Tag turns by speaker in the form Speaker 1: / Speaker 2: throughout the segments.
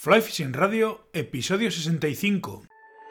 Speaker 1: Fly Fishing Radio, episodio 65.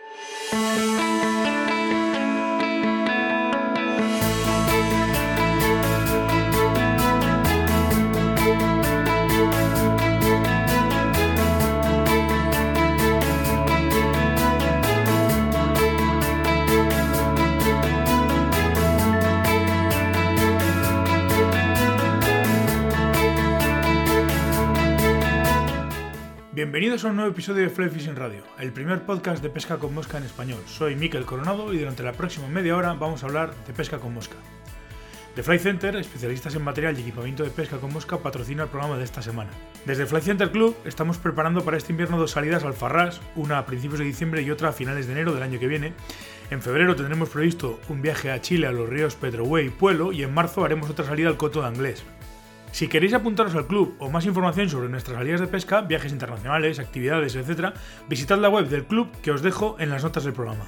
Speaker 1: Bienvenidos a un nuevo episodio de Fly Fishing Radio, el primer podcast de pesca con mosca en español. Soy Mikel Coronado y durante la próxima media hora vamos a hablar de pesca con mosca. The Fly Center, especialistas en material y equipamiento de pesca con mosca, patrocina el programa de esta semana. Desde Fly Center Club estamos preparando para este invierno dos salidas al Farrás, una a principios de diciembre y otra a finales de enero del año que viene. En febrero tendremos previsto un viaje a Chile a los ríos Pedrohue y Puelo y en marzo haremos otra salida al Coto de Anglés. Si queréis apuntaros al club o más información sobre nuestras salidas de pesca, viajes internacionales, actividades, etc., visitad la web del club que os dejo en las notas del programa.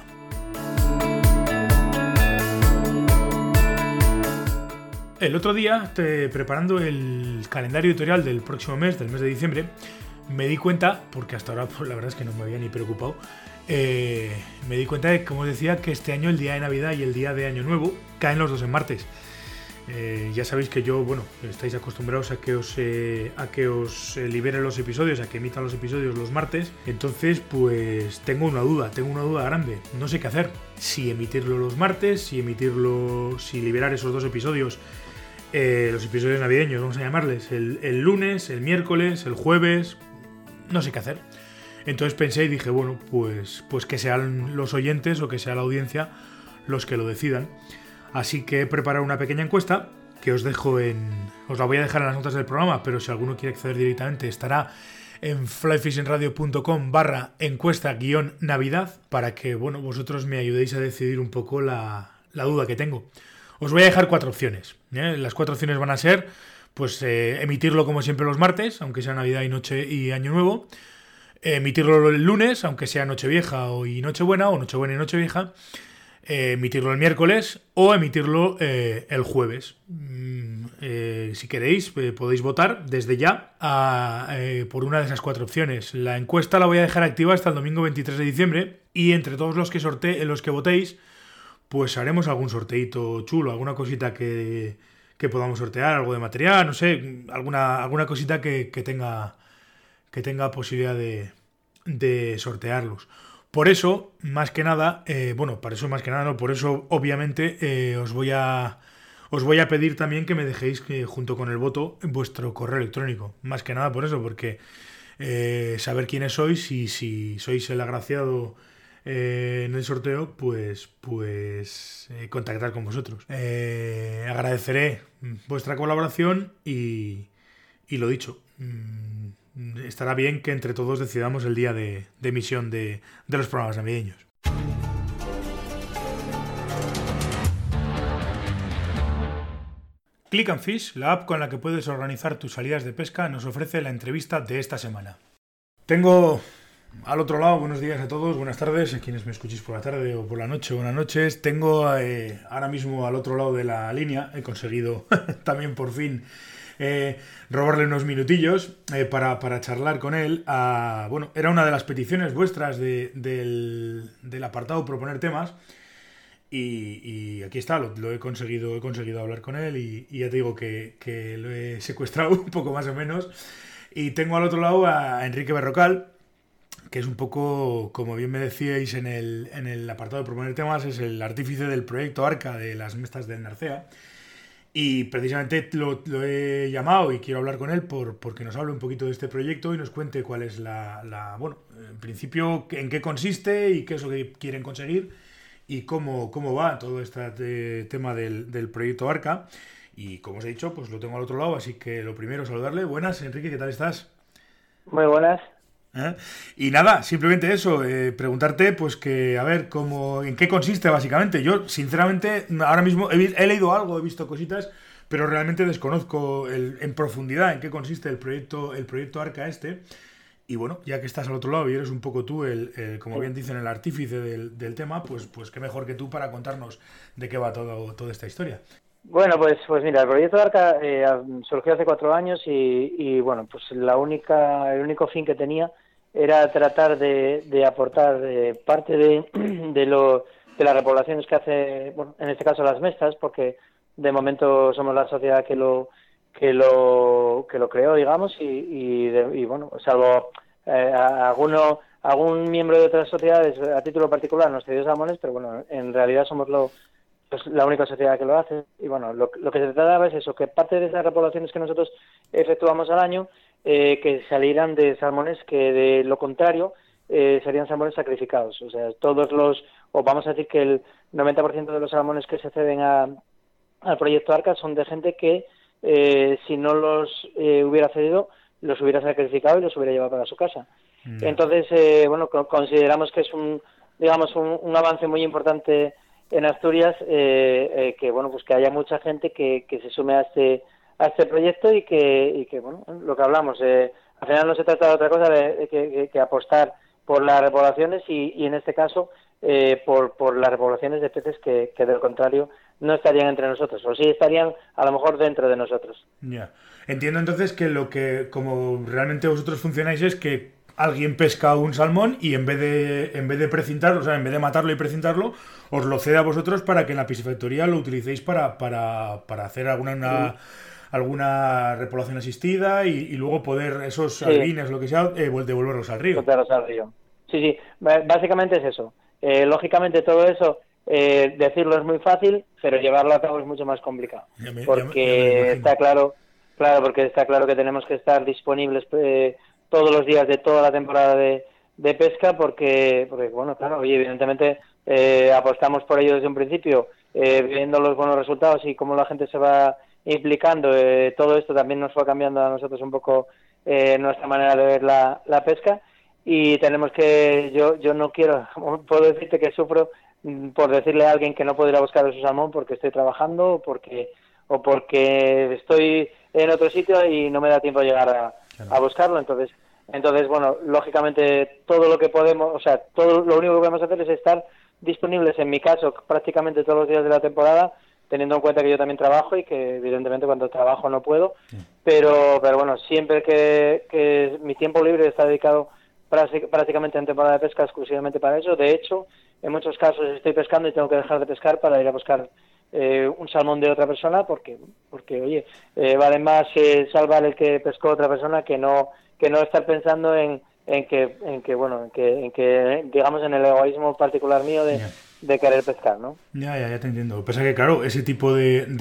Speaker 1: El otro día, preparando el calendario editorial del próximo mes, del mes de diciembre, me di cuenta, porque hasta ahora pues, la verdad es que no me había ni preocupado, me di cuenta de, como os decía, que este año el día de Navidad y el día de Año Nuevo caen los dos en martes. Ya sabéis que yo, estáis acostumbrados a que os libere los episodios, a que emitan los episodios los martes. Entonces, pues tengo una duda grande. No sé qué hacer. Si emitirlo los martes, si liberar esos dos episodios, los episodios navideños, vamos a llamarles, el lunes, el miércoles, el jueves. No sé qué hacer. Entonces pensé y dije, pues que sean los oyentes o que sea la audiencia los que lo decidan. Así que he preparado una pequeña encuesta que os la voy a dejar en las notas del programa, pero si alguno quiere acceder directamente estará en flyfishingradio.com/encuesta-navidad para que vosotros me ayudéis a decidir un poco la duda que tengo. Os voy a dejar 4 opciones. Las 4 opciones van a ser emitirlo como siempre los martes, aunque sea Navidad y Noche y Año Nuevo, emitirlo el lunes, aunque sea Nochevieja y Nochebuena, o Nochebuena y Nochevieja, emitirlo el miércoles o emitirlo el jueves. Si queréis podéis votar desde ya por una de esas 4 opciones. La encuesta la voy a dejar activa hasta el domingo 23 de diciembre y entre todos los que votéis pues haremos algún sorteito chulo, alguna cosita que podamos sortear, algo de material, no sé, alguna cosita que tenga posibilidad de sortearlos. Por eso, obviamente os voy a pedir también que me dejéis junto con el voto vuestro correo electrónico. Más que nada por eso, porque saber quiénes sois y si sois el agraciado en el sorteo, pues contactar con vosotros. Agradeceré vuestra colaboración y lo dicho. Estará bien que entre todos decidamos el día de emisión de los programas navideños. Click and Fish, la app con la que puedes organizar tus salidas de pesca, nos ofrece la entrevista de esta semana. Tengo al otro lado, buenos días a todos, buenas tardes, a quienes me escuchéis por la tarde o por la noche, buenas noches. Tengo ahora mismo al otro lado de la línea, he conseguido también por fin robarle unos minutillos para charlar con él. Era una de las peticiones vuestras del apartado proponer temas y aquí está, lo he conseguido hablar con él y ya te digo que lo he secuestrado un poco más o menos. Y tengo al otro lado a Enrique Berrocal, que es un poco, como bien me decíais en el apartado de proponer temas, es el artífice del proyecto ARCA de las mestas del Narcea. Y precisamente lo he llamado y quiero hablar con él porque nos hable un poquito de este proyecto y nos cuente cuál es en principio, en qué consiste y qué es lo que quieren conseguir y cómo va todo este tema del proyecto ARCA. Y como os he dicho, pues lo tengo al otro lado, así que lo primero, saludarle. Buenas, Enrique, ¿qué tal estás?
Speaker 2: Muy buenas.
Speaker 1: Y nada, simplemente eso, preguntarte pues que a ver en qué consiste básicamente. Yo sinceramente ahora mismo he leído algo, he visto cositas, pero realmente desconozco en profundidad en qué consiste el proyecto ARCA y ya que estás al otro lado y eres un poco tú como bien dicen, el artífice del tema, pues qué mejor que tú para contarnos de qué va toda esta historia.
Speaker 2: Bueno, pues mira, el proyecto ARCA surgió hace 4 años y el único fin que tenía era tratar de aportar parte de las repoblaciones que hace, bueno, en este caso las mestas, porque de momento somos la sociedad que lo creó, digamos, y bueno, salvo algún miembro de otras sociedades a título particular nos cedió salmones, pero bueno, en realidad somos pues la única sociedad que lo hace. Y bueno, lo que se trataba es eso, que parte de esas repoblaciones que nosotros efectuamos al año, que salieran de salmones que de lo contrario serían salmones sacrificados. O sea, o vamos a decir que el 90% de los salmones que se ceden al proyecto Arca son de gente que si no los hubiera cedido, los hubiera sacrificado y los hubiera llevado para su casa. Entonces, bueno, consideramos que es un avance muy importante en Asturias, que bueno, pues que haya mucha gente que se sume a este proyecto y que bueno, lo que hablamos, al final no se trata de otra cosa que apostar por las repoblaciones y en este caso por las repoblaciones de peces que de lo contrario no estarían entre nosotros, o sí estarían a lo mejor dentro de nosotros.
Speaker 1: Ya. Entiendo entonces que como realmente vosotros funcionáis es que alguien pesca un salmón y en vez de precintarlo, o sea, en vez de matarlo y precintarlo, os lo cede a vosotros para que en la piscifactoría lo utilicéis para hacer alguna repoblación asistida y luego poder esos albines, lo que sea, devolverlos al río.
Speaker 2: Devolverlos al río. Sí, básicamente es eso. Lógicamente todo eso, decirlo es muy fácil, pero llevarlo a cabo es mucho más complicado. Porque está claro que tenemos que estar disponibles todos los días de toda la temporada de pesca, porque bueno, claro, oye, evidentemente apostamos por ello desde un principio, viendo los buenos resultados y cómo la gente se va implicando, todo esto también nos fue cambiando a nosotros un poco nuestra manera de ver la pesca, y tenemos que, yo no quiero, puedo decirte que sufro por decirle a alguien que no puedo ir a buscar su salmón porque estoy trabajando o porque estoy en otro sitio y no me da tiempo de llegar a buscarlo. Entonces, bueno, lógicamente todo lo que podemos, o sea, todo lo único que podemos hacer es estar disponibles, en mi caso, prácticamente todos los días de la temporada, teniendo en cuenta que yo también trabajo y que evidentemente cuando trabajo no puedo, pero bueno, siempre que mi tiempo libre está dedicado prácticamente en temporada de pesca exclusivamente para eso. De hecho, en muchos casos estoy pescando y tengo que dejar de pescar para ir a buscar un salmón de otra persona porque oye, vale más salvar el que pescó otra persona que no estar pensando en que digamos en el egoísmo particular mío de querer pescar, ¿no?
Speaker 1: Ya te entiendo. Lo que pasa es que, claro, ese tipo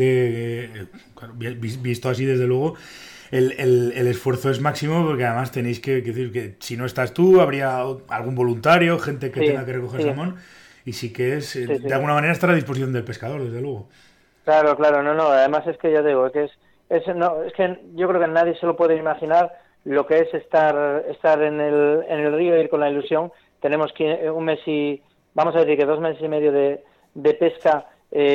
Speaker 1: claro, visto así, desde luego, el esfuerzo es máximo, porque además tenéis que decir que si no estás tú, habría algún voluntario, gente que tenga que recoger salmón, y sí que es, de alguna manera, estar a disposición del pescador, desde luego.
Speaker 2: Claro, no, además es que ya digo, es que yo creo que nadie se lo puede imaginar lo que es estar en el río, ir con la ilusión. Tenemos un mes vamos a decir que 2 meses y medio de pesca,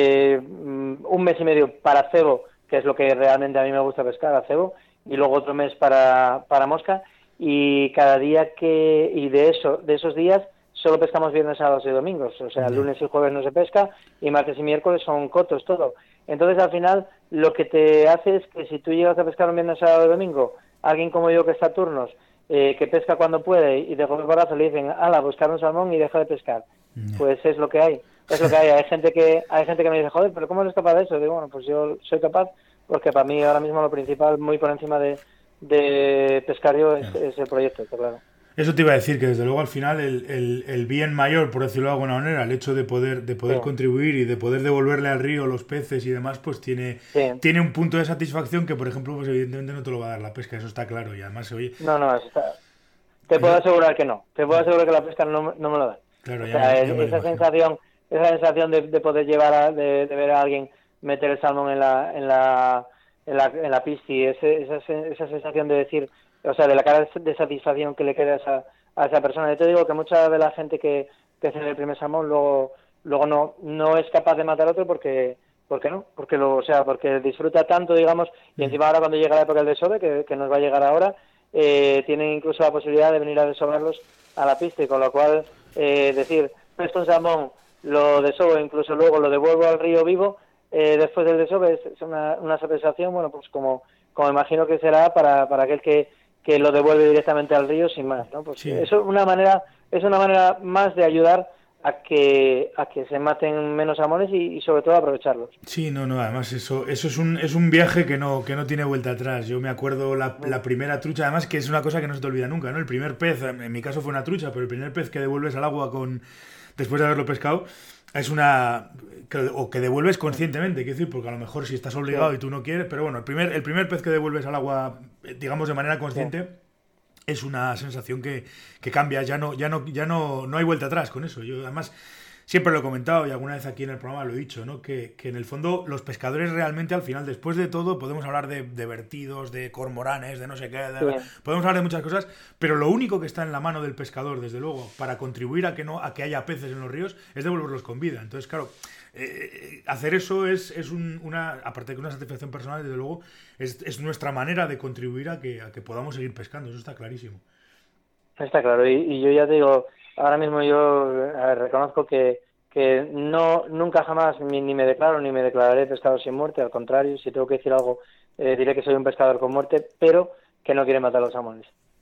Speaker 2: 1 mes y medio para cebo, que es lo que realmente a mí me gusta pescar, a cebo, y luego otro mes para mosca, y cada día de esos días solo pescamos viernes, sábados y domingos, o sea, lunes y jueves no se pesca, y martes y miércoles son cotos, todo. Entonces, al final, lo que te hace es que si tú llegas a pescar un viernes, sábado y domingo, alguien como yo que está a turnos, que pesca cuando puede, y de golpe barazo le dicen, ala, buscar un salmón y deja de pescar. Pues es lo que hay. Hay gente que me dice, joder, pero ¿cómo eres capaz de eso? Digo, bueno, pues yo soy capaz, porque para mí ahora mismo lo principal, muy por encima de pescario, es el proyecto, claro.
Speaker 1: Eso te iba a decir, que desde luego al final el bien mayor, por decirlo de alguna manera, el hecho de poder contribuir y de poder devolverle al río los peces y demás, pues tiene un punto de satisfacción que, por ejemplo, pues evidentemente no te lo va a dar la pesca, eso está claro, y además, oye...
Speaker 2: No, te puedo asegurar que no, te puedo asegurar que la pesca no me lo da.
Speaker 1: Claro,
Speaker 2: esa sensación de poder llevar de ver a alguien meter el salmón en la pisci, esa sensación de decir, o sea, de la cara de satisfacción que le queda a esa persona. Yo te digo que mucha de la gente que cede el primer salmón luego no es capaz de matar a otro porque disfruta tanto, digamos, y encima ahora cuando llega la época del desove, que nos va a llegar ahora, tienen incluso la posibilidad de venir a desovarlos a la pista, y con lo cual decir, presto un salmón, lo desovo, incluso luego lo devuelvo al río vivo, después del desove, es una satisfacción, bueno, pues como imagino que será para aquel que que lo devuelve directamente al río sin más, ¿no? Pues eso es una manera más de ayudar a que se maten menos salmones y sobre todo aprovecharlos.
Speaker 1: Sí, no, además eso es un viaje que no tiene vuelta atrás. Yo me acuerdo la primera trucha, además que es una cosa que no se te olvida nunca, ¿no? El primer pez, en mi caso fue una trucha, pero el primer pez que devuelves al agua después de haberlo pescado es o que devuelves conscientemente, quiero decir, porque a lo mejor si estás obligado y tú no quieres, pero bueno, el primer pez que devuelves al agua, digamos de manera consciente, es una sensación que cambia, ya no hay vuelta atrás con eso. Yo además siempre lo he comentado y alguna vez aquí en el programa lo he dicho, ¿no? Que en el fondo los pescadores realmente al final, después de todo, podemos hablar de vertidos, de cormoranes, de no sé qué, podemos hablar de muchas cosas, pero lo único que está en la mano del pescador, desde luego, para contribuir a que haya peces en los ríos, es devolverlos con vida. Entonces, claro, hacer eso es aparte de una satisfacción personal, desde luego, es nuestra manera de contribuir a que podamos seguir pescando, eso está clarísimo.
Speaker 2: Está claro, y yo ya te digo, ahora mismo yo reconozco que nunca jamás ni me declaro ni me declararé pescador sin muerte, al contrario, si tengo que decir algo, diré que soy un pescador con muerte, pero que no quiere matar a los salmones.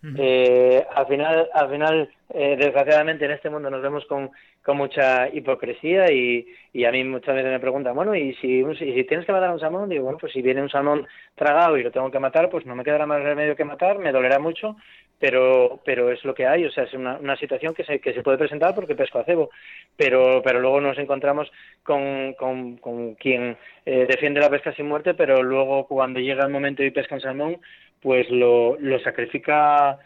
Speaker 2: Al final, desgraciadamente en este mundo nos vemos con mucha hipocresía y a mí muchas veces me preguntan, bueno, y si tienes que matar a un salmón, digo, bueno, pues si viene un salmón tragado y lo tengo que matar, pues no me quedará más remedio que matar, me dolerá mucho, pero es lo que hay, o sea, es una situación que se puede presentar porque pesco a cebo, pero luego nos encontramos con quien defiende la pesca sin muerte, pero luego cuando llega el momento y pesca un salmón, pues lo sacrifica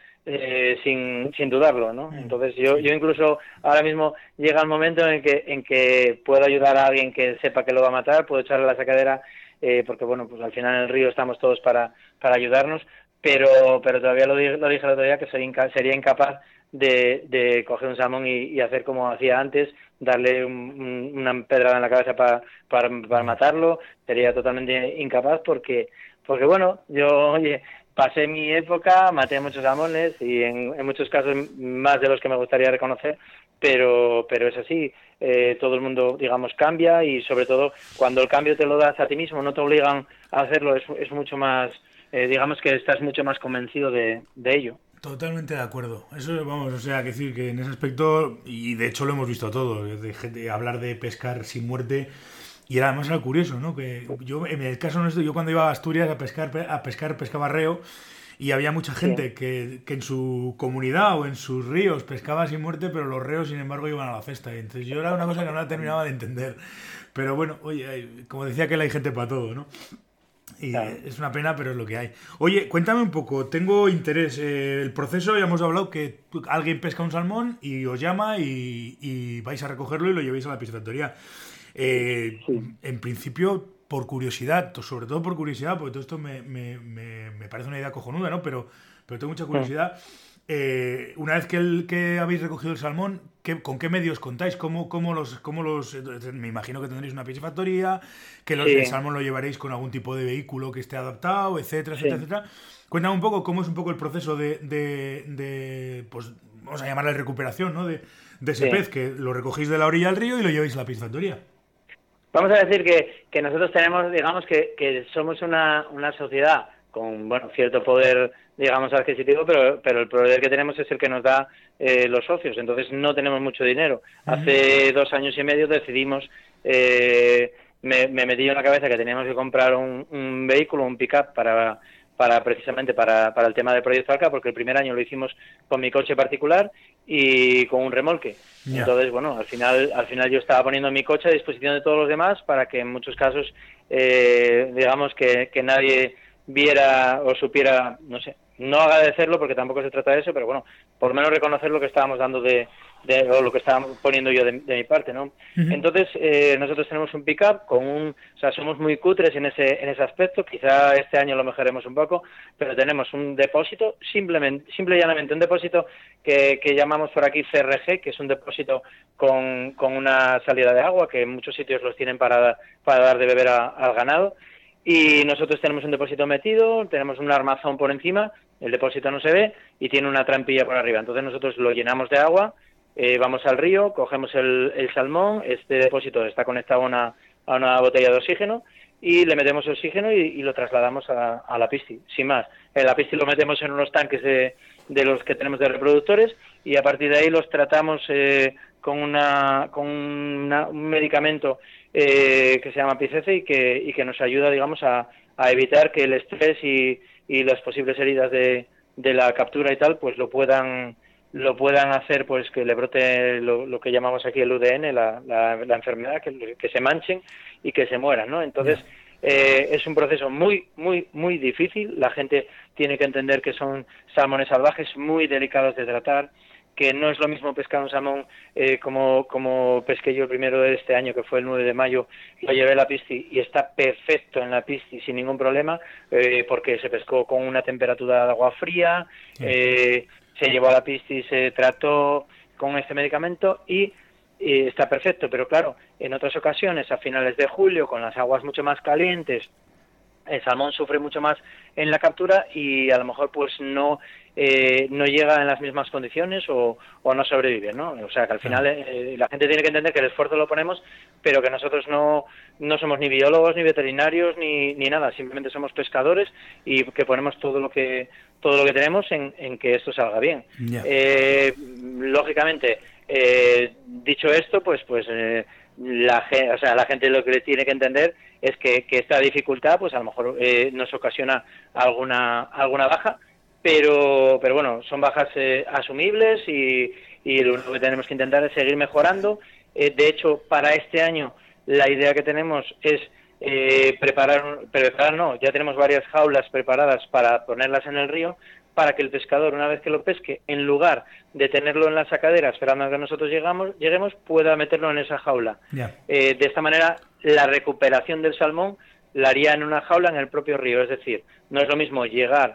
Speaker 2: sin dudarlo, ¿no? Entonces yo incluso ahora mismo llega el momento en que puedo ayudar a alguien que sepa que lo va a matar, puedo echarle la sacadera, porque bueno, pues al final en el río estamos todos para ayudarnos, pero todavía lo dije el otro día que sería incapaz de coger un salmón y hacer como hacía antes, darle una pedrada en la cabeza para matarlo, sería totalmente incapaz porque bueno, yo pasé mi época, maté muchos salmones y en muchos casos más de los que me gustaría reconocer, pero es así, todo el mundo, digamos, cambia y sobre todo cuando el cambio te lo das a ti mismo, no te obligan a hacerlo, es mucho más, digamos que estás mucho más convencido de ello.
Speaker 1: Totalmente de acuerdo. Eso, vamos, o sea, que decir que en ese aspecto, y de hecho lo hemos visto todo, de hablar de pescar sin muerte. Y además era curioso, ¿no? Que yo, en el caso nuestro, yo cuando iba a Asturias a pescar pescaba reo y había mucha gente que en su comunidad o en sus ríos pescaba sin muerte, pero los reos, sin embargo, iban a la cesta. Y entonces yo era una cosa que no la terminaba de entender. Pero bueno, oye, como decía que hay gente para todo, ¿no? Y claro, es una pena, pero es lo que hay. Oye, cuéntame un poco, tengo interés. El proceso, ya hemos hablado que alguien pesca un salmón y os llama y vais a recogerlo y lo lleváis a la piscifactoría. En principio, por curiosidad, sobre todo por curiosidad, porque todo esto me parece una idea cojonuda, ¿no? Pero tengo mucha curiosidad. Una vez que habéis recogido el salmón, ¿con qué medios contáis? ¿Cómo los me imagino que tendréis una piscifactoría, que el salmón lo llevaréis con algún tipo de vehículo que esté adaptado, etcétera, etcétera. Cuéntame un poco cómo es un poco el proceso de pues vamos a llamarle recuperación, ¿no? De ese pez, que lo recogéis de la orilla del río y lo lleváis a la piscifactoría.
Speaker 2: Vamos a decir que nosotros tenemos, digamos, que somos una sociedad con, bueno, cierto poder, digamos, adquisitivo, pero el poder que tenemos es el que nos da los socios, entonces no tenemos mucho dinero. Hace 2 años y medio decidimos, me metí en la cabeza que teníamos que comprar un vehículo, un pick-up precisamente para el tema del Proyecto Arca, porque el primer año lo hicimos con mi coche particular y con un remolque. Entonces, bueno, al final yo estaba poniendo mi coche a disposición de todos los demás para que en muchos casos, digamos, que nadie viera o supiera, no sé, no agradecerlo porque tampoco se trata de eso, pero bueno, por lo menos reconocer lo que estábamos dando o lo que estábamos poniendo yo de mi parte, ¿no? Entonces, nosotros tenemos un pick-up o sea, somos muy cutres en ese aspecto, quizá este año lo mejoremos un poco, pero tenemos un depósito, simple y llanamente un depósito que llamamos por aquí CRG, que es un depósito con una salida de agua, que en muchos sitios los tienen para dar de beber al ganado. Y nosotros tenemos un depósito metido, tenemos un armazón por encima, el depósito no se ve y tiene una trampilla por arriba. Entonces nosotros lo llenamos de agua, vamos al río, cogemos el salmón, este depósito está conectado a una botella de oxígeno y le metemos oxígeno y lo trasladamos a la pisti, sin más. En la pisti lo metemos en unos tanques de los que tenemos de reproductores y a partir de ahí los tratamos con un medicamento que se llama Picece y que nos ayuda, digamos, a evitar que el estrés y las posibles heridas de la captura y tal, pues lo puedan hacer, pues que le brote lo que llamamos aquí el UDN, la enfermedad, que se manchen y que se mueran, ¿no? Entonces, es un proceso muy, muy, muy difícil. La gente tiene que entender que son salmones salvajes muy delicados de tratar, que no es lo mismo pescar un salmón como pesqué yo el primero de este año, que fue el 9 de mayo, lo llevé a la pisti y está perfecto en la pisti sin ningún problema, porque se pescó con una temperatura de agua fría, se llevó a la pisti, se trató con este medicamento y está perfecto, pero claro, en otras ocasiones, a finales de julio, con las aguas mucho más calientes, el salmón sufre mucho más en la captura y a lo mejor pues no llega en las mismas condiciones o no sobrevive, ¿no? O sea que al final la gente tiene que entender que el esfuerzo lo ponemos, pero que nosotros no somos ni biólogos, ni veterinarios, ni nada, simplemente somos pescadores y que ponemos todo lo que tenemos en que esto salga bien. Lógicamente, dicho esto, pues la gente lo que tiene que entender es que esta dificultad pues a lo mejor nos ocasiona alguna baja, pero bueno, son bajas asumibles y lo único que tenemos que intentar es seguir mejorando. De hecho, para este año la idea que tenemos es ya tenemos varias jaulas preparadas para ponerlas en el río, para que el pescador, una vez que lo pesque, en lugar de tenerlo en la sacadera esperando a que nosotros lleguemos, pueda meterlo en esa jaula. De esta manera, la recuperación del salmón la haría en una jaula en el propio río. Es decir, no es lo mismo llegar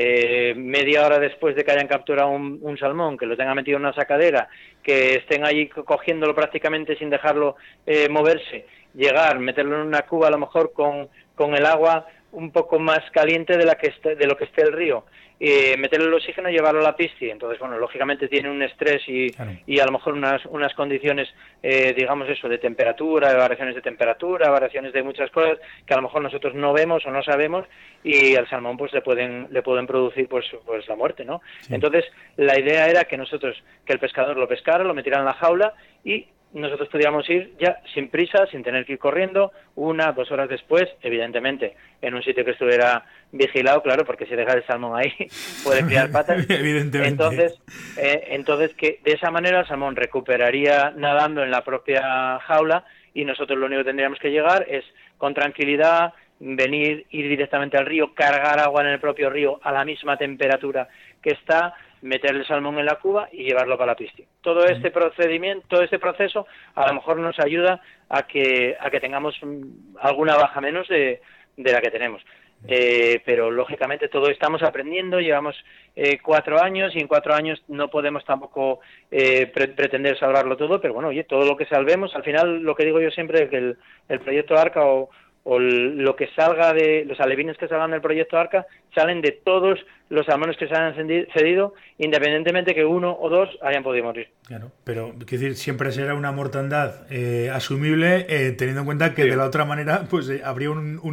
Speaker 2: media hora después de que hayan capturado un salmón, que lo tengan metido en una sacadera, que estén allí cogiéndolo prácticamente sin dejarlo moverse, llegar, meterlo en una cuba a lo mejor con el agua un poco más caliente de lo que esté el río, meterle el oxígeno y llevarlo a la pisti. Entonces, bueno, lógicamente tiene un estrés y a lo mejor unas condiciones, digamos eso, de temperatura, de variaciones de temperatura, variaciones de muchas cosas que a lo mejor nosotros no vemos o no sabemos y al salmón pues le pueden producir pues la muerte, ¿no? Sí. Entonces, la idea era que el pescador lo pescara, lo metiera en la jaula y nosotros pudiéramos ir ya sin prisa, sin tener que ir corriendo, 1 o 2 horas después, evidentemente, en un sitio que estuviera vigilado, claro, porque si deja el salmón ahí puede criar patas.
Speaker 1: Evidentemente.
Speaker 2: Entonces que de esa manera el salmón recuperaría nadando en la propia jaula y nosotros lo único que tendríamos que llegar es con tranquilidad, ir directamente al río, cargar agua en el propio río a la misma temperatura que está, meter el salmón en la cuba y llevarlo para la pisti. Todo este procedimiento, todo este proceso, a lo mejor nos ayuda a que tengamos alguna baja menos de la que tenemos. Pero lógicamente todo estamos aprendiendo, llevamos 4 años y en 4 años no podemos tampoco pretender salvarlo todo, pero bueno, oye, todo lo que salvemos, al final lo que digo yo siempre es que el proyecto ARCA o lo que salga de los alevines que salgan del proyecto ARCA salen de todos los salmones que se han cedido, independientemente que 1 o 2 hayan podido morir.
Speaker 1: Claro, pero quiero decir, siempre será una mortandad asumible, teniendo en cuenta que de la otra manera pues habría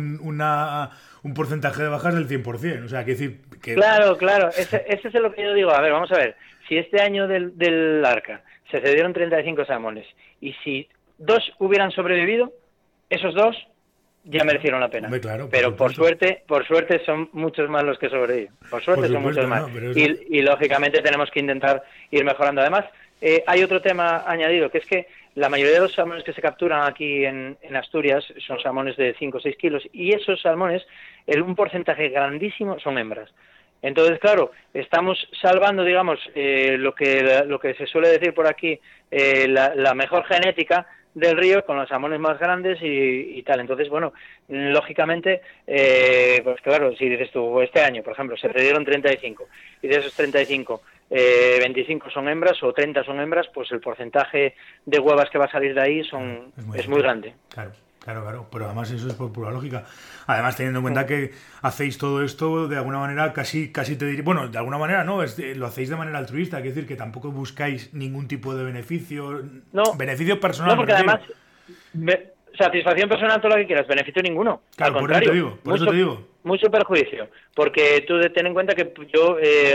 Speaker 1: un porcentaje de bajas del 100%. O sea, quiero decir que...
Speaker 2: Claro, ese es lo que yo digo. A ver, vamos a ver, si este año del ARCA se cedieron 35 salmones y si 2 hubieran sobrevivido, esos 2 ya merecieron la pena.
Speaker 1: Hombre, claro,
Speaker 2: pero por suerte son muchos más los que sobreviven. Por suerte son muchos más. No, y lógicamente tenemos que intentar ir mejorando. Además, hay otro tema añadido, que es que la mayoría de los salmones que se capturan aquí en Asturias son salmones de 5 o 6 kilos y esos salmones, un porcentaje grandísimo son hembras. Entonces, claro, estamos salvando, digamos, lo que se suele decir por aquí, la mejor genética del río con los salmones más grandes y tal. Entonces, bueno, lógicamente, pues claro, si dices tú, este año, por ejemplo, se perdieron 35 y de esos 35, 25 son hembras o 30 son hembras, pues el porcentaje de huevas que va a salir de ahí es muy grande.
Speaker 1: Claro, pero además eso es por pura lógica. Además, teniendo en cuenta que hacéis todo esto de alguna manera, casi te diría, bueno, de alguna manera no, lo hacéis de manera altruista, es decir, que tampoco buscáis ningún tipo de beneficio, beneficio personal.
Speaker 2: No, porque además, satisfacción personal, todo lo que quieras, beneficio ninguno.
Speaker 1: Claro,
Speaker 2: al contrario,
Speaker 1: por eso te digo.
Speaker 2: Mucho perjuicio, porque tú ten en cuenta que yo,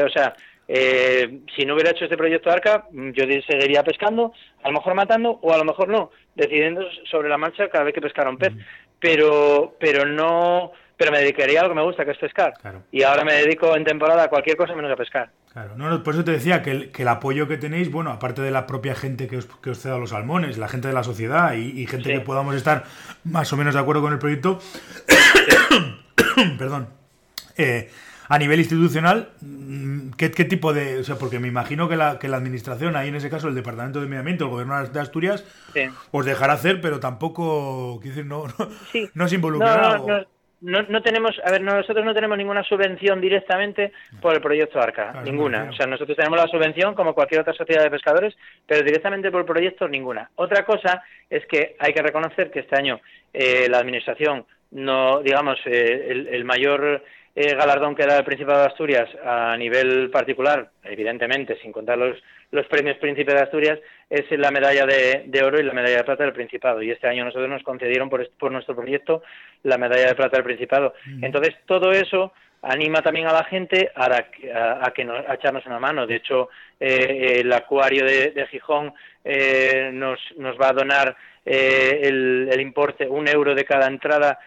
Speaker 2: si no hubiera hecho este proyecto Arca, yo seguiría pescando, a lo mejor matando, o a lo mejor no, decidiendo sobre la marcha cada vez que pescara un pez, pero me dedicaría a lo que me gusta, que es pescar.
Speaker 1: Claro.
Speaker 2: Y ahora me dedico en temporada a cualquier cosa menos a pescar.
Speaker 1: Claro, no, por eso te decía que el apoyo que tenéis, bueno, aparte de la propia gente que os ceda los salmones, la gente de la sociedad y gente que podamos estar más o menos de acuerdo con el proyecto, perdón, a nivel institucional, ¿qué tipo de...? O sea, porque me imagino que la administración, ahí en ese caso el Departamento de Medio Ambiente, el Gobierno de Asturias, os dejará hacer, pero tampoco, quiero decir, no se involucrará.
Speaker 2: No tenemos, nosotros no tenemos ninguna subvención directamente por el proyecto Arca, claro, ninguna. O sea, nosotros tenemos la subvención como cualquier otra sociedad de pescadores, pero directamente por el proyecto ninguna. Otra cosa es que hay que reconocer que este año la administración no, digamos, el mayor galardón que da el Principado de Asturias a nivel particular, evidentemente, sin contar los premios Príncipe de Asturias, es la medalla de oro y la medalla de plata del Principado. Y este año nosotros nos concedieron por nuestro proyecto la medalla de plata del Principado. Entonces, todo eso anima también a la gente a echarnos una mano. De hecho, el acuario de Gijón nos va a donar el importe, €1 de cada entrada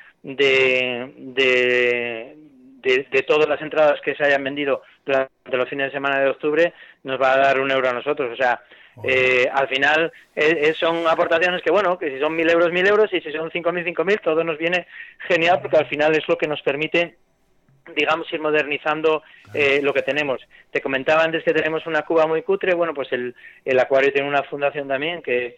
Speaker 2: de todas las entradas que se hayan vendido durante los fines de semana de octubre, nos va a dar €1 a nosotros. O sea, al final son aportaciones que, bueno, que si son 1.000 euros, 1.000 euros, y si son 5.000, 5.000, todo nos viene genial, porque al final es lo que nos permite, digamos, ir modernizando lo que tenemos. Te comentaba antes que tenemos una cuba muy cutre. Bueno, pues el acuario tiene una fundación también que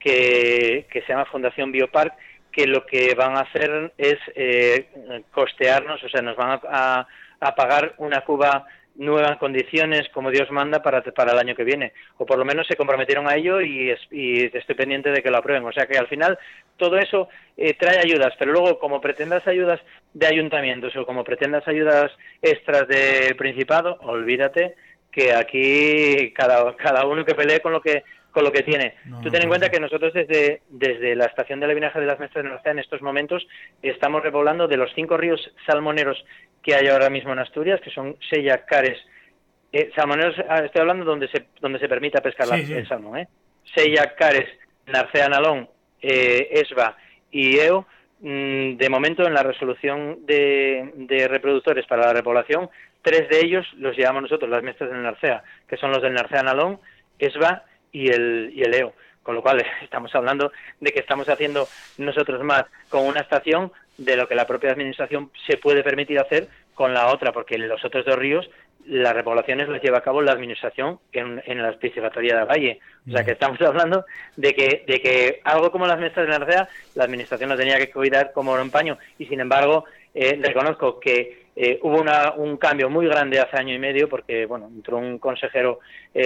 Speaker 2: se llama Fundación Biopark, que lo que van a hacer es costearnos, o sea, nos van a pagar una cuba nueva en condiciones, como Dios manda, para el año que viene, o por lo menos se comprometieron a ello, y estoy pendiente de que lo aprueben. O sea que al final todo eso trae ayudas, pero luego, como pretendas ayudas de ayuntamientos o como pretendas ayudas extras de Principado, olvídate que aquí cada uno que pelee con lo que tiene. Tú ten en cuenta que nosotros desde la estación de Levineja de las Mestras de Narcea en estos momentos estamos repoblando de los 5 ríos salmoneros que hay ahora mismo en Asturias, que son Sella, Cares, salmoneros, estoy hablando donde se permita pescar el salmón, Sella, Cares, Narcea, Nalón, Esba y Eo. De momento, en la resolución de reproductores para la repoblación, 3 de ellos los llevamos nosotros, las Mestras del Narcea, que son los del Narcea, Nalón, Esba y el EO, con lo cual estamos hablando de que estamos haciendo nosotros más con una estación de lo que la propia administración se puede permitir hacer con la otra, porque en los otros 2 ríos las repoblaciones las lleva a cabo la administración en la piscifactoría de Valle. O sea que estamos hablando de que algo como las Mestras de Narcea la administración lo tenía que cuidar como oro en paño, y sin embargo reconozco que hubo un cambio muy grande hace año y medio, porque bueno, entró un consejero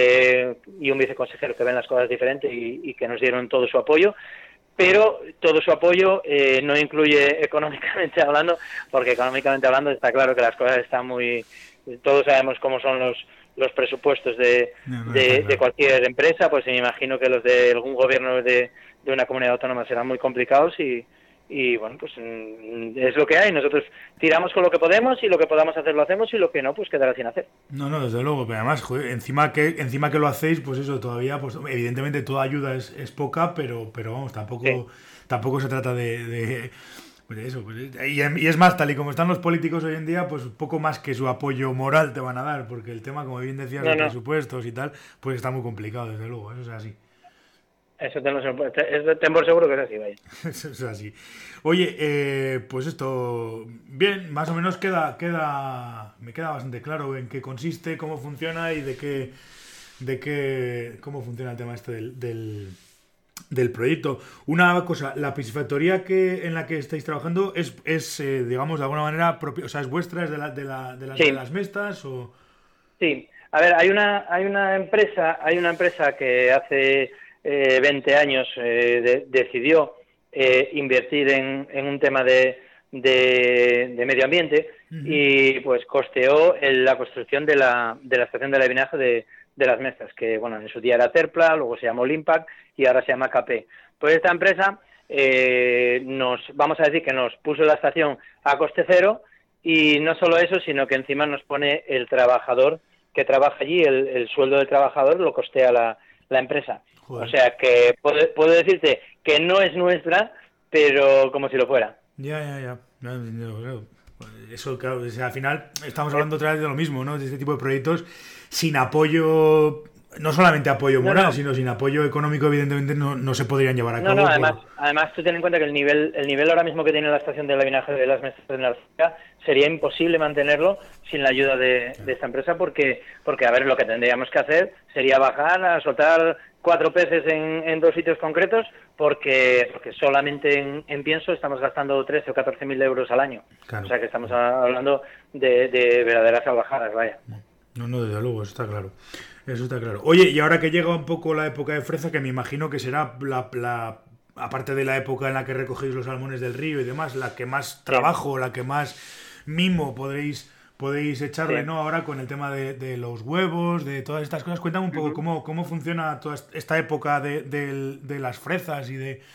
Speaker 2: y un viceconsejero que ven las cosas diferentes y que nos dieron todo su apoyo, pero todo su apoyo no incluye económicamente hablando, porque económicamente hablando está claro que las cosas están muy... Todos sabemos cómo son los presupuestos de cualquier empresa, pues me imagino que los de algún gobierno de una comunidad autónoma serán muy complicados, y bueno, pues es lo que hay. Nosotros tiramos con lo que podemos, y lo que podamos hacer lo hacemos, y lo que no, pues quedará sin hacer.
Speaker 1: No, desde luego, pero además, joder, encima que lo hacéis, pues eso todavía, pues evidentemente toda ayuda es poca, pero vamos, tampoco se trata de pues eso, pues, y es más, tal y como están los políticos hoy en día, pues poco más que su apoyo moral te van a dar, porque el tema, como bien decías, de presupuestos y tal, pues está muy complicado, desde luego, eso es así.
Speaker 2: Eso ten por seguro que es así, vaya.
Speaker 1: Eso es así. Oye, pues esto, bien, más o menos me queda bastante claro en qué consiste, cómo funciona y cómo funciona el tema este del proyecto. Una cosa, la piscifactoría en la que estáis trabajando es digamos, de alguna manera propia, o sea, es vuestra, es de las Mestras, o...
Speaker 2: Sí, a ver, hay una empresa que hace 20 años decidió invertir en un tema de medio ambiente, y pues costeó la construcción de la estación de Levineja de las Mestras, que bueno, en su día era Terpla, luego se llamó Limpac y ahora se llama KP. Pues esta empresa vamos a decir que nos puso la estación a coste cero, y no solo eso, sino que encima nos pone el trabajador que trabaja allí, el sueldo del trabajador lo costea la empresa. Joder. O sea que puedo decirte que no es nuestra, pero como si lo fuera.
Speaker 1: Ya. Eso, claro, o sea, al final estamos hablando otra vez de lo mismo, ¿no? De este tipo de proyectos sin apoyo, no solamente apoyo moral, sino sin apoyo económico, evidentemente no se podrían llevar a cabo.
Speaker 2: Además tú ten en cuenta que el nivel ahora mismo que tiene la estación de labinaje de las mesas de Narcea sería imposible mantenerlo sin la ayuda de esta empresa, porque a ver, lo que tendríamos que hacer sería bajar a soltar 4 peces en 2 sitios concretos, porque solamente en pienso estamos gastando 13 o 14 mil euros al año. Claro. O sea que estamos hablando de verdaderas salvajadas, vaya.
Speaker 1: No, desde luego, eso está claro. Eso está claro. Oye, y ahora que llega un poco la época de fresa, que me imagino que será aparte de la época en la que recogéis los salmones del río y demás, la que más trabajo, la que más mimo podéis echarle, ¿no? Ahora con el tema de los huevos, de todas estas cosas. Cuéntame un poco cómo funciona toda esta época de las fresas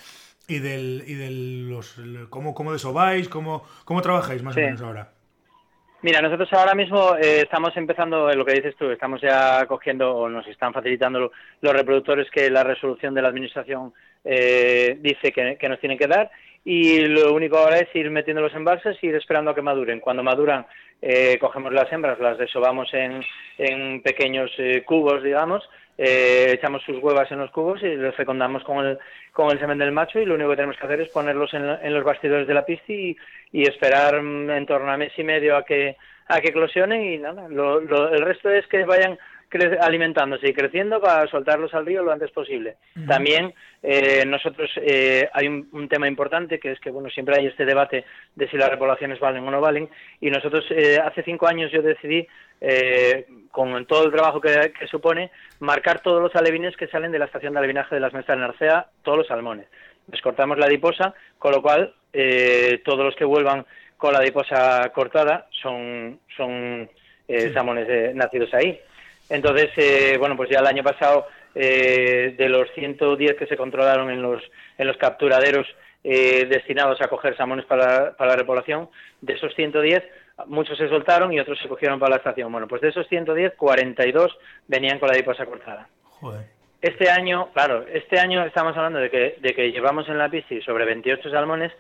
Speaker 1: cómo desobáis, cómo trabajáis más o menos ahora.
Speaker 2: Mira, nosotros ahora mismo estamos empezando, lo que dices tú, estamos ya cogiendo, o nos están facilitando los reproductores que la resolución de la administración dice que nos tienen que dar, y lo único ahora es ir metiendo los embalses y ir esperando a que maduren. Cuando maduran, cogemos las hembras, las desobamos en pequeños cubos, digamos, echamos sus huevas en los cubos y los fecundamos con el semen del macho, y lo único que tenemos que hacer es ponerlos en los bastidores de la pista y esperar en torno a mes y medio a que eclosionen, y nada, el resto es que vayan alimentándose y creciendo para soltarlos al río lo antes posible. Uh-huh. También nosotros hay un tema importante, que es que bueno, siempre hay este debate de si las repoblaciones valen o no valen, y nosotros hace 5 años yo decidí, con todo el trabajo que supone, marcar todos los alevines que salen de la estación de alevinaje de las mesas de Narcea, todos los salmones. Les cortamos la adiposa, con lo cual todos los que vuelvan con la adiposa cortada son salmones nacidos ahí. Entonces, pues ya el año pasado, de los 110 que se controlaron en los capturaderos destinados a coger salmones para la repoblación, de esos 110, muchos se soltaron y otros se cogieron para la estación. Bueno, pues de esos 110, 42 venían con la adiposa cortada. Joder. Este año estamos hablando de que llevamos en la pisci sobre 28 salmones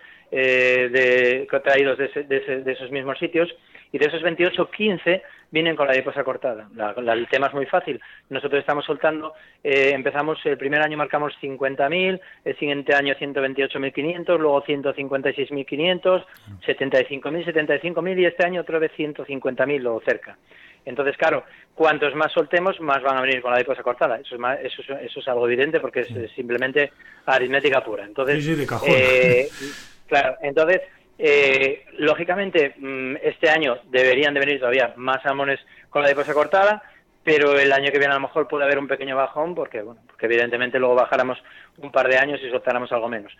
Speaker 2: traídos de esos mismos sitios, y de esos 28, 15 vienen con la adiposa cortada. El tema es muy fácil. Nosotros estamos soltando, empezamos, el primer año marcamos 50.000, el siguiente año 128.500, luego 156.500, 75.000, y este año otra vez 150.000 o cerca. Entonces, claro, cuantos más soltemos, más van a venir con la adiposa cortada. Eso es algo evidente, porque es simplemente aritmética pura. Entonces,
Speaker 1: sí, de cajón.
Speaker 2: Claro, entonces, lógicamente, este año deberían de venir todavía más salmones con la adiposa cortada, pero el año que viene a lo mejor puede haber un pequeño bajón, porque evidentemente luego bajáramos un par de años y soltáramos algo menos.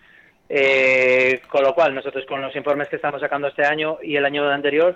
Speaker 2: Con lo cual, nosotros con los informes que estamos sacando este año y el año anterior,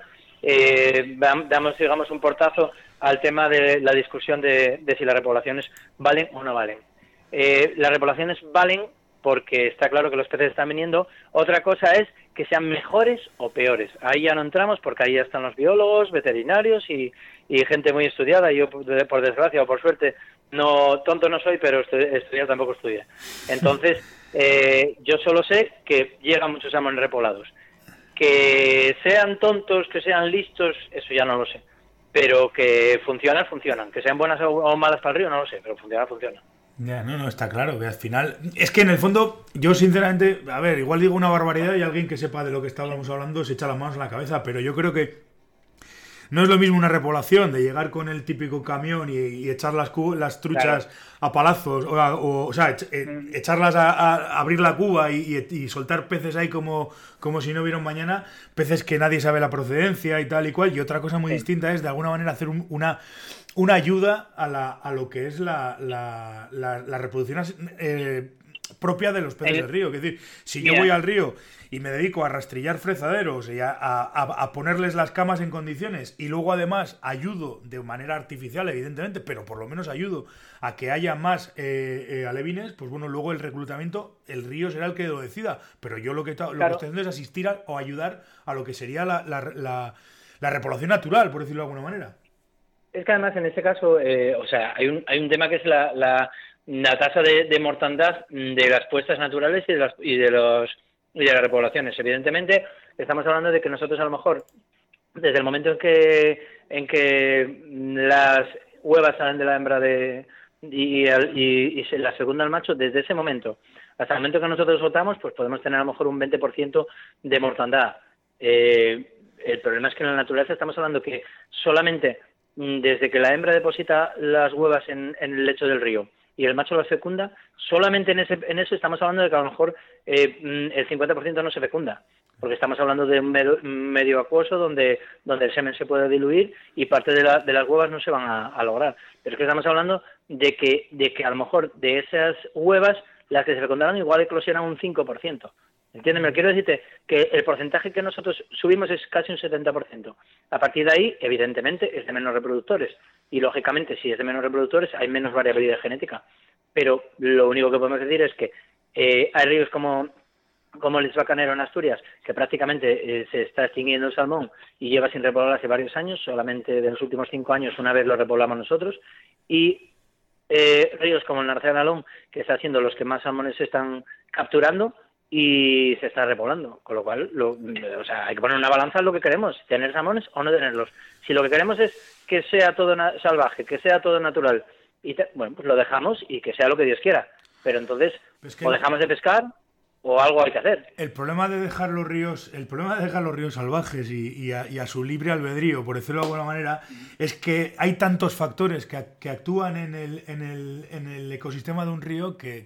Speaker 2: damos, digamos, un portazo al tema de la discusión de si las repoblaciones valen o no valen. Las repoblaciones valen porque está claro que los peces están viniendo. Otra cosa es que sean mejores o peores. Ahí ya no entramos, porque ahí ya están los biólogos, veterinarios y gente muy estudiada. Yo, por desgracia o por suerte, tonto no soy, pero estudiar tampoco estudié. Entonces, yo solo sé que llegan muchos salmones repoblados. Que sean tontos, que sean listos, eso ya no lo sé. Pero que funcionan. Que sean buenas o malas para el río, no lo sé, pero funcionan.
Speaker 1: Ya, no, está claro, que al final... Es que en el fondo, yo sinceramente, a ver, igual digo una barbaridad y alguien que sepa de lo que estábamos hablando se echa las manos en la cabeza, pero yo creo que no es lo mismo una repoblación de llegar con el típico camión y echar las truchas, claro, a palazos, o sea, echarlas a abrir la cuba y soltar peces ahí como si no hubiera un mañana, peces que nadie sabe la procedencia y tal y cual, y otra cosa muy distinta es de alguna manera hacer una ayuda a lo que es la reproducción propia de los peces del río. Es decir, si yo voy al río y me dedico a rastrillar frezaderos y a ponerles las camas en condiciones y luego además ayudo de manera artificial, evidentemente, pero por lo menos ayudo a que haya más alevines, pues bueno, luego el reclutamiento, el río será el que lo decida, pero yo lo que estoy haciendo es asistir o ayudar a lo que sería la repoblación natural, por decirlo de alguna manera.
Speaker 3: Es que además en este caso, hay un tema que es la tasa de mortandad de las puestas naturales y de las repoblaciones. Evidentemente, estamos hablando de que nosotros a lo mejor, desde el momento en que las huevas salen de la hembra y se la fecunda el macho, desde ese momento hasta el momento que nosotros soltamos, pues podemos tener a lo mejor un 20% de mortandad. El problema es que en la naturaleza estamos hablando que solamente desde que la hembra deposita las huevas en el lecho del río y el macho las fecunda, solamente en eso estamos hablando de que a lo mejor el 50% no se fecunda, porque estamos hablando de un medio acuoso donde el semen se puede diluir y parte de las huevas no se van a lograr. Pero es que estamos hablando de que a lo mejor de esas huevas, las que se fecundaron igual eclosionan un 5%. Entiéndeme, quiero decirte que el porcentaje que nosotros subimos es casi un 70%. A partir de ahí, evidentemente, es de menos reproductores. Y, lógicamente, si es de menos reproductores, hay menos variabilidad genética. Pero lo único que podemos decir es que hay ríos como el Isbacanero en Asturias, que prácticamente se está extinguiendo el salmón y lleva sin repoblar hace varios años. Solamente de los últimos 5 años una vez lo repoblamos nosotros. Y ríos como el Narcea-Nalón, que está siendo los que más salmones se están capturando, y se está repoblando, con lo cual hay que poner una balanza en lo que queremos, tener salmones o no tenerlos. Si lo que queremos es que sea todo salvaje, que sea todo natural, bueno, pues lo dejamos y que sea lo que Dios quiera, pero entonces o dejamos de pescar o algo hay que hacer.
Speaker 1: El problema de dejar los ríos salvajes y a su libre albedrío, por decirlo de alguna manera, es que hay tantos factores que actúan en el ecosistema de un río que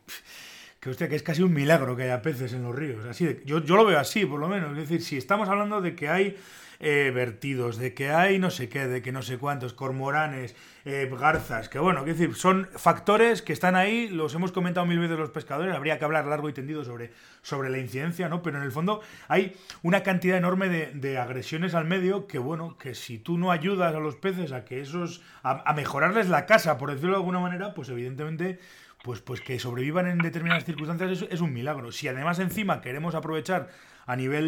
Speaker 1: es casi un milagro que haya peces en los ríos. Así yo lo veo así, por lo menos. Es decir, si estamos hablando de que hay vertidos, de que hay no sé qué, de que no sé cuántos, cormoranes, garzas, que bueno, es decir, son factores que están ahí, los hemos comentado 1000 veces los pescadores, habría que hablar largo y tendido sobre la incidencia, ¿no? Pero en el fondo hay una cantidad enorme de agresiones al medio que, bueno, que si tú no ayudas a los peces a mejorarles la casa, por decirlo de alguna manera, pues evidentemente pues que sobrevivan en determinadas circunstancias es un milagro. Si además encima queremos aprovechar a nivel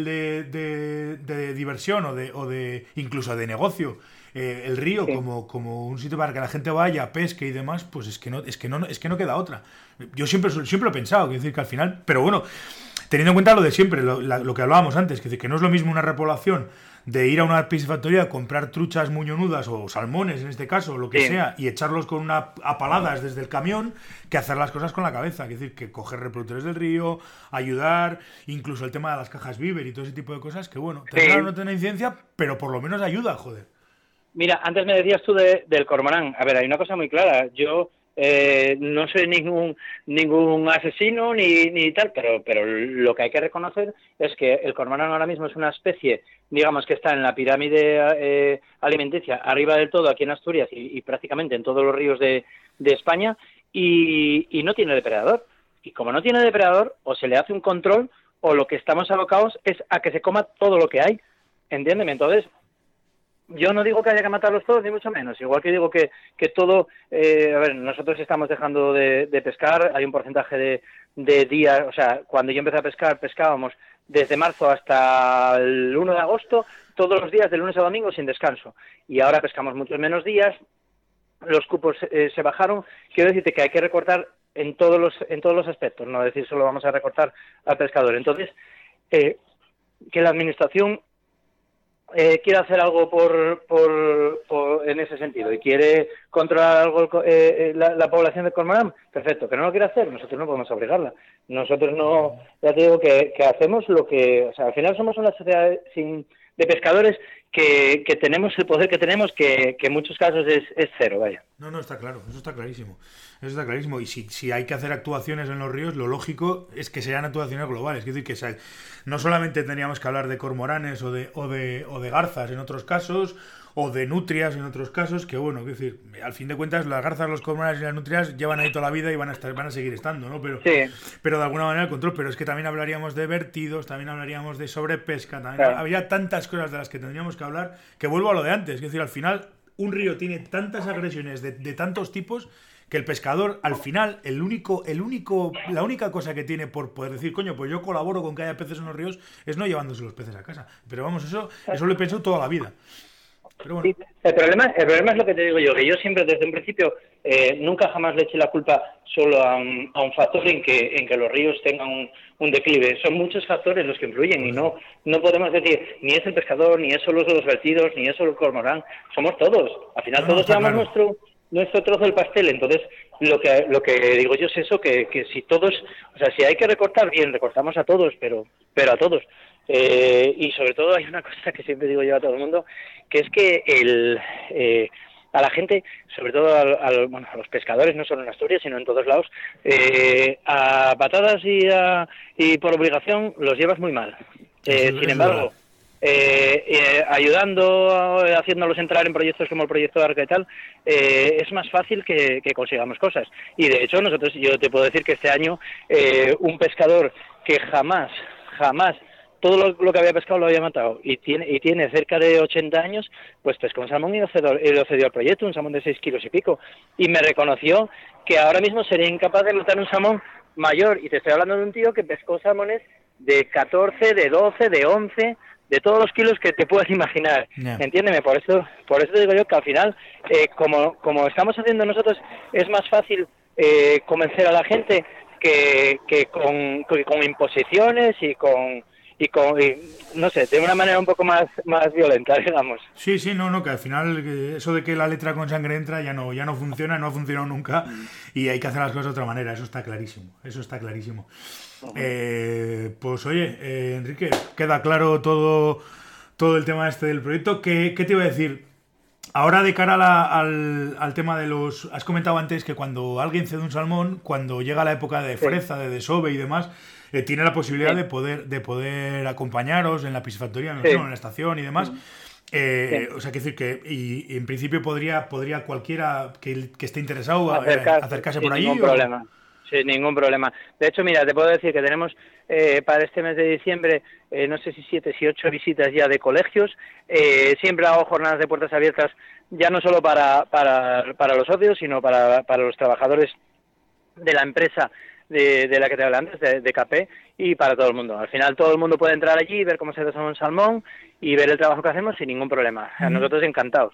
Speaker 1: de diversión o de incluso de negocio el río como un sitio para que la gente vaya, pesque y demás, pues es que no queda otra. Yo siempre lo he pensado, quiero decir que al final, pero bueno, teniendo en cuenta lo de siempre, lo que hablábamos antes, que no es lo mismo una repoblación de ir a una piscifactoría, comprar truchas muñonudas o salmones en este caso, o lo que sea, y echarlos con a paladas desde el camión, que hacer las cosas con la cabeza. Es decir, que coger reproductores del río, ayudar, incluso el tema de las cajas Viver y todo ese tipo de cosas, que bueno, tendrá o no tener incidencia, pero por lo menos ayuda, joder.
Speaker 3: Mira, antes me decías tú del cormorán. A ver, hay una cosa muy clara. Yo no soy ningún asesino ni tal, pero lo que hay que reconocer es que el cormorán ahora mismo es una especie, digamos, que está en la pirámide alimenticia, arriba del todo aquí en Asturias y prácticamente en todos los ríos de España, y no tiene depredador. Y como no tiene depredador, o se le hace un control, o lo que estamos abocados es a que se coma todo lo que hay. ¿Entiéndeme? Entonces, yo no digo que haya que matarlos todos, ni mucho menos. Igual que digo que todo... a ver, nosotros estamos dejando de pescar. Hay un porcentaje de días... O sea, cuando yo empecé a pescar, pescábamos desde marzo hasta el 1 de agosto, todos los días, de lunes a domingo, sin descanso. Y ahora pescamos muchos menos días. Los cupos se bajaron. Quiero decirte que hay que recortar en todos los aspectos. No decir solo vamos a recortar al pescador. Entonces, que la administración... quiere hacer algo en ese sentido y quiere controlar algo la población de cormorán, perfecto. Que no lo quiere hacer, nosotros no podemos obligarla. Nosotros no, ya te digo que hacemos lo que, o sea, al final somos una sociedad de pescadores que tenemos el poder que tenemos, que en muchos casos es cero, vaya.
Speaker 1: No, está claro, eso está clarísimo. Eso está clarísimo. Y si hay que hacer actuaciones en los ríos, lo lógico es que sean actuaciones globales. Es decir, que no solamente tendríamos que hablar de cormoranes o de garzas en otros casos, o de nutrias en otros casos, que bueno, es decir, al fin de cuentas las garzas, los cormoranes y las nutrias llevan ahí toda la vida y van a seguir estando, ¿no? Pero de alguna manera el control. Pero es que también hablaríamos de vertidos, también hablaríamos de sobrepesca, también habría tantas cosas de las que tendríamos que hablar, que vuelvo a lo de antes. Es decir, al final un río tiene tantas agresiones de tantos tipos que el pescador, al final, la única cosa que tiene por poder decir, coño, pues yo colaboro con que haya peces en los ríos, es no llevándose los peces a casa. Pero vamos, eso lo he pensado toda la vida. Pero bueno.
Speaker 3: Sí, el problema es lo que te digo yo, que yo siempre desde un principio nunca jamás le eché la culpa solo a un factor en que los ríos tengan un declive. Son muchos factores los que influyen y no podemos decir ni es el pescador, ni es solo los vertidos, ni es solo el cormorán, somos todos. Al final todos llevamos nuestro trozo del pastel. Entonces lo que digo yo es eso, que si todos, o sea, si hay que recortar, bien, recortamos a todos, pero a todos. Y sobre todo hay una cosa que siempre digo yo a todo el mundo, que es que a la gente, sobre todo a los pescadores, no solo en Asturias, sino en todos lados, a patadas y por obligación los llevas muy mal. Sin embargo, ayudando, haciéndolos entrar en proyectos como el proyecto Arca y tal, es más fácil que consigamos cosas. Y de hecho yo te puedo decir que este año un pescador que jamás todo lo que había pescado lo había matado y tiene cerca de 80 años, pues pescó un salmón y lo cedió al proyecto, un salmón de 6 kilos y pico, y me reconoció que ahora mismo sería incapaz de matar un salmón mayor, y te estoy hablando de un tío que pescó salmones de 14, de 12, de 11, de todos los kilos que te puedas imaginar. Entiéndeme, por eso digo yo que al final, como estamos haciendo nosotros, es más fácil convencer a la gente que con imposiciones y no sé, de una manera un poco más violenta, digamos.
Speaker 1: Sí, no, que al final eso de que la letra con sangre entra ya no funciona, no ha funcionado nunca y hay que hacer las cosas de otra manera, eso está clarísimo. Pues oye, Enrique, queda claro todo el tema del proyecto. ¿Qué te iba a decir? Ahora de cara al tema de los... Has comentado antes que cuando alguien cede un salmón, cuando llega la época de freza, de desove y demás, tiene la posibilidad de poder acompañaros en la piscifactoría, en la estación y demás. O sea, quiero decir que y en principio podría cualquiera que esté interesado acercarse por allí.
Speaker 3: Sin ningún problema. De hecho, mira, te puedo decir que tenemos para este mes de diciembre, no sé si 7, si 8 visitas ya de colegios. Siempre hago jornadas de puertas abiertas, ya no solo para los socios, sino para los trabajadores de la empresa de la que te hablé antes, de KP, y para todo el mundo. Al final todo el mundo puede entrar allí, ver cómo se desarrolla un salmón y ver el trabajo que hacemos sin ningún problema. Nosotros encantados.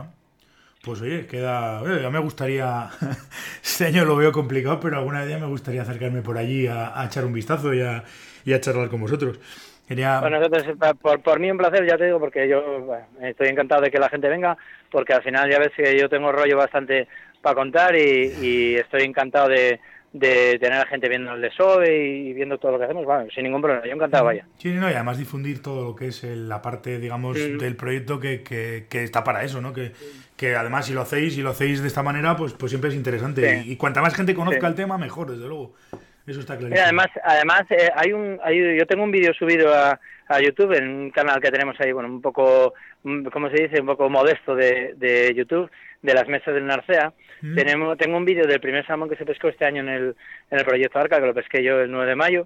Speaker 1: Pues oye, ya me gustaría, este año lo veo complicado, pero alguna vez ya me gustaría acercarme por allí a echar un vistazo y a charlar con vosotros.
Speaker 3: Bueno, nosotros, por mí un placer, ya te digo, porque yo estoy encantado de que la gente venga, porque al final ya ves que yo tengo rollo bastante para contar y estoy encantado de tener a la gente viendo el desove y viendo todo lo que hacemos, bueno, sin ningún problema, yo encantado, vaya.
Speaker 1: Sí, y además difundir todo lo que es la parte, digamos, del proyecto que está para eso, ¿no? Que además si lo hacéis de esta manera, pues siempre es interesante. Y cuanta más gente conozca el tema, mejor, desde luego. Eso está clarísimo.
Speaker 3: Además yo tengo un vídeo subido a YouTube en un canal que tenemos ahí, bueno, un poco, ¿cómo se dice? Un poco modesto de YouTube, de las mesas del Narcea. Tengo un vídeo del primer salmón que se pescó este año en el proyecto Arca, que lo pesqué yo el 9 de mayo,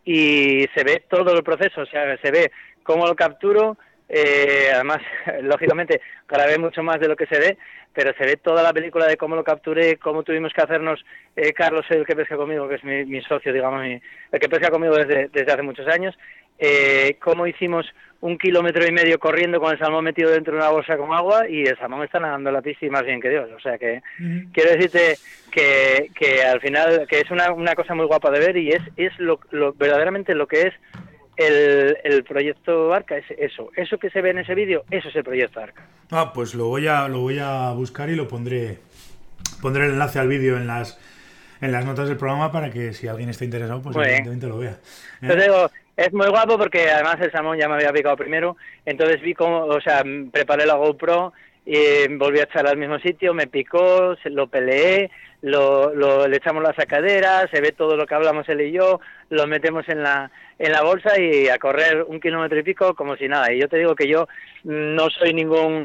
Speaker 3: y se ve todo el proceso, o sea, se ve cómo lo capturo. Además, lógicamente, grabé mucho más de lo que se ve, pero se ve toda la película de cómo lo capturé, cómo tuvimos que hacernos, Carlos, el que pesca conmigo, que es mi socio, digamos, el que pesca conmigo desde hace muchos años, cómo hicimos 1,5 kilómetros corriendo con el salmón metido dentro de una bolsa con agua y el salmón está nadando en la pista y más bien que Dios. O sea que quiero decirte que al final que es una cosa muy guapa de ver y es lo verdaderamente lo que es el proyecto Arca, es eso que se ve en ese vídeo, eso es el proyecto Arca.
Speaker 1: Pues lo voy a buscar y lo pondré el enlace al vídeo en las notas del programa para que si alguien está interesado, pues evidentemente lo vea.
Speaker 3: Entonces digo Es muy guapo porque además el salmón ya me había picado primero, entonces vi cómo, o sea, preparé la GoPro y volví a echar al mismo sitio, me picó, lo peleé, le echamos la sacadera, se ve todo lo que hablamos él y yo, lo metemos en la bolsa y a correr 1 kilómetro y pico como si nada. Y yo te digo que yo no soy ningún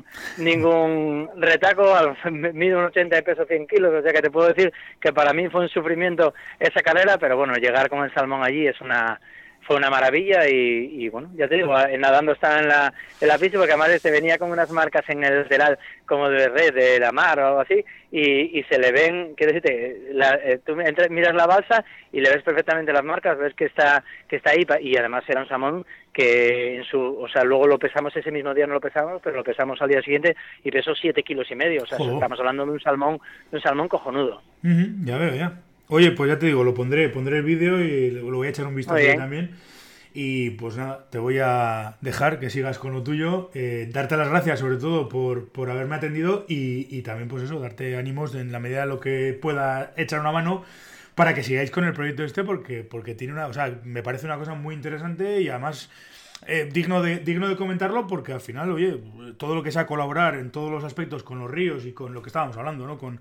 Speaker 3: retaco, mido un 80 y peso 100 kilos, o sea que te puedo decir que para mí fue un sufrimiento esa carrera, pero bueno, llegar con el salmón allí fue una maravilla y bueno, ya te digo, nadando estaba en la pista porque además venía con unas marcas en el lateral como de red de la mar o algo así y se le ven, quiero decirte, tú miras la balsa y le ves perfectamente las marcas, ves que está ahí y además era un salmón que o sea, luego lo pesamos ese mismo día, no lo pesamos, pero lo pesamos al día siguiente y pesó 7,5 kilos, o sea, estamos hablando de un salmón cojonudo.
Speaker 1: Ya veo, ya. Oye, pues ya te digo, pondré el vídeo y lo voy a echar un vistazo también. Y pues nada, te voy a dejar que sigas con lo tuyo. Darte las gracias sobre todo por haberme atendido y también pues eso, darte ánimos en la medida de lo que pueda echar una mano para que sigáis con el proyecto porque tiene o sea, me parece una cosa muy interesante y además digno de comentarlo porque al final, oye, todo lo que sea colaborar en todos los aspectos con los ríos y con lo que estábamos hablando, ¿no? Con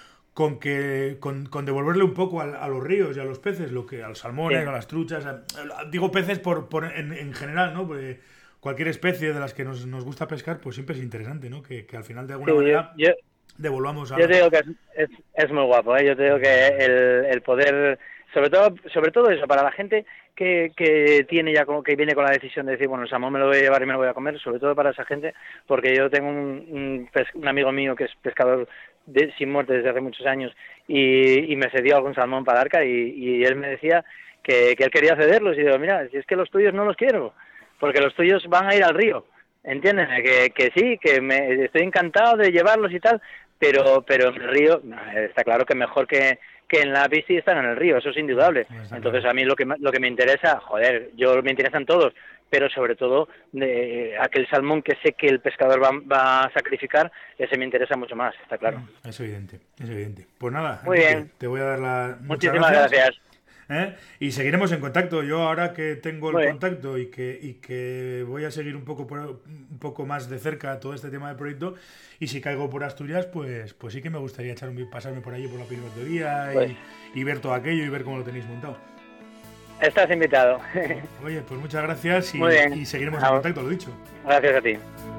Speaker 1: devolverle un poco a los ríos y a los peces, lo que a los salmones, a las truchas, digo peces en general, ¿no? Porque cualquier especie de las que nos gusta pescar, pues siempre es interesante, ¿no? Que al final de alguna manera devolvamos a...
Speaker 3: Yo te digo que es muy guapo, ¿eh? Yo te digo que el poder, sobre todo eso, para la gente que tiene ya como que viene con la decisión de decir, bueno, el salmón me lo voy a llevar y me lo voy a comer, sobre todo para esa gente, porque yo tengo un amigo mío que es pescador sin muerte desde hace muchos años y me cedió algún salmón para Arca y él me decía que él quería cederlos y digo, mira, si es que los tuyos no los quiero, porque los tuyos van a ir al río, ¿entiendes? Que sí, que estoy encantado de llevarlos y tal, pero en el río está claro que mejor que en la bici están en el río, eso es indudable. Entonces a mí lo que me interesa, me interesan todos, pero sobre todo aquel salmón que sé que el pescador va a sacrificar, ese me interesa mucho más, está claro.
Speaker 1: Es evidente. Pues nada,
Speaker 3: muy bien.
Speaker 1: Te voy a dar
Speaker 3: muchísimas gracias.
Speaker 1: Y seguiremos en contacto. Yo ahora que tengo el contacto y que voy a seguir un poco más de cerca todo este tema del proyecto, y si caigo por Asturias, pues sí que me gustaría pasarme por allí por la Pilvertería y ver todo aquello y ver cómo lo tenéis montado.
Speaker 3: Estás invitado.
Speaker 1: Oye, pues muchas gracias y seguiremos en contacto, lo dicho.
Speaker 3: Gracias a ti.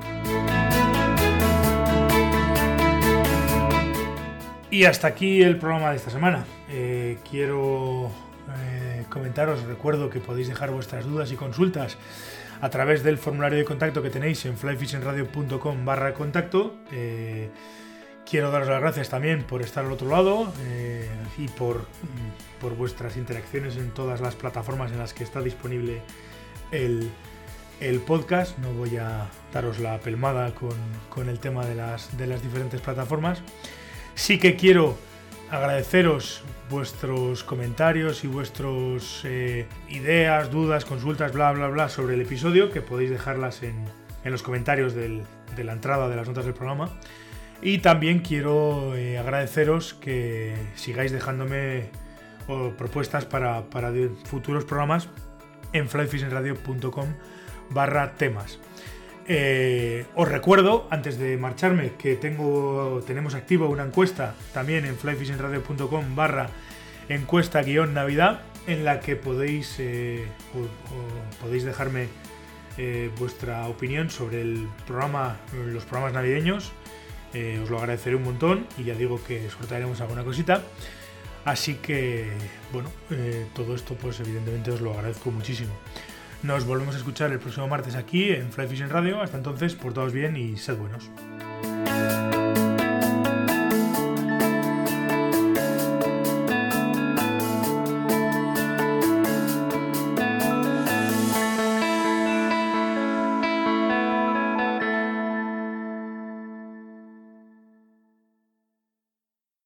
Speaker 1: Y hasta aquí el programa de esta semana. Quiero comentaros, recuerdo que podéis dejar vuestras dudas y consultas a través del formulario de contacto que tenéis en flyfishingradio.com/contacto. Quiero daros las gracias también por estar al otro lado y por vuestras interacciones en todas las plataformas en las que está disponible el podcast. No voy a daros la pelmada con el tema de las diferentes plataformas. Sí que quiero agradeceros vuestros comentarios y vuestras ideas, dudas, consultas, bla, bla, bla sobre el episodio, que podéis dejarlas en los comentarios de la entrada de las notas del programa. Y también quiero agradeceros que sigáis dejándome propuestas para futuros programas en flyfishingradio.com/temas. Os recuerdo, antes de marcharme, que tenemos activo una encuesta también en flyfishingradio.com/encuesta-navidad, en la que podéis dejarme vuestra opinión sobre los programas navideños. Os lo agradeceré un montón y ya digo que sortearemos alguna cosita. Así que, bueno, todo esto pues evidentemente os lo agradezco muchísimo. Nos volvemos a escuchar el próximo martes aquí en Fly Fishing Radio. Hasta entonces, portaos bien y sed buenos.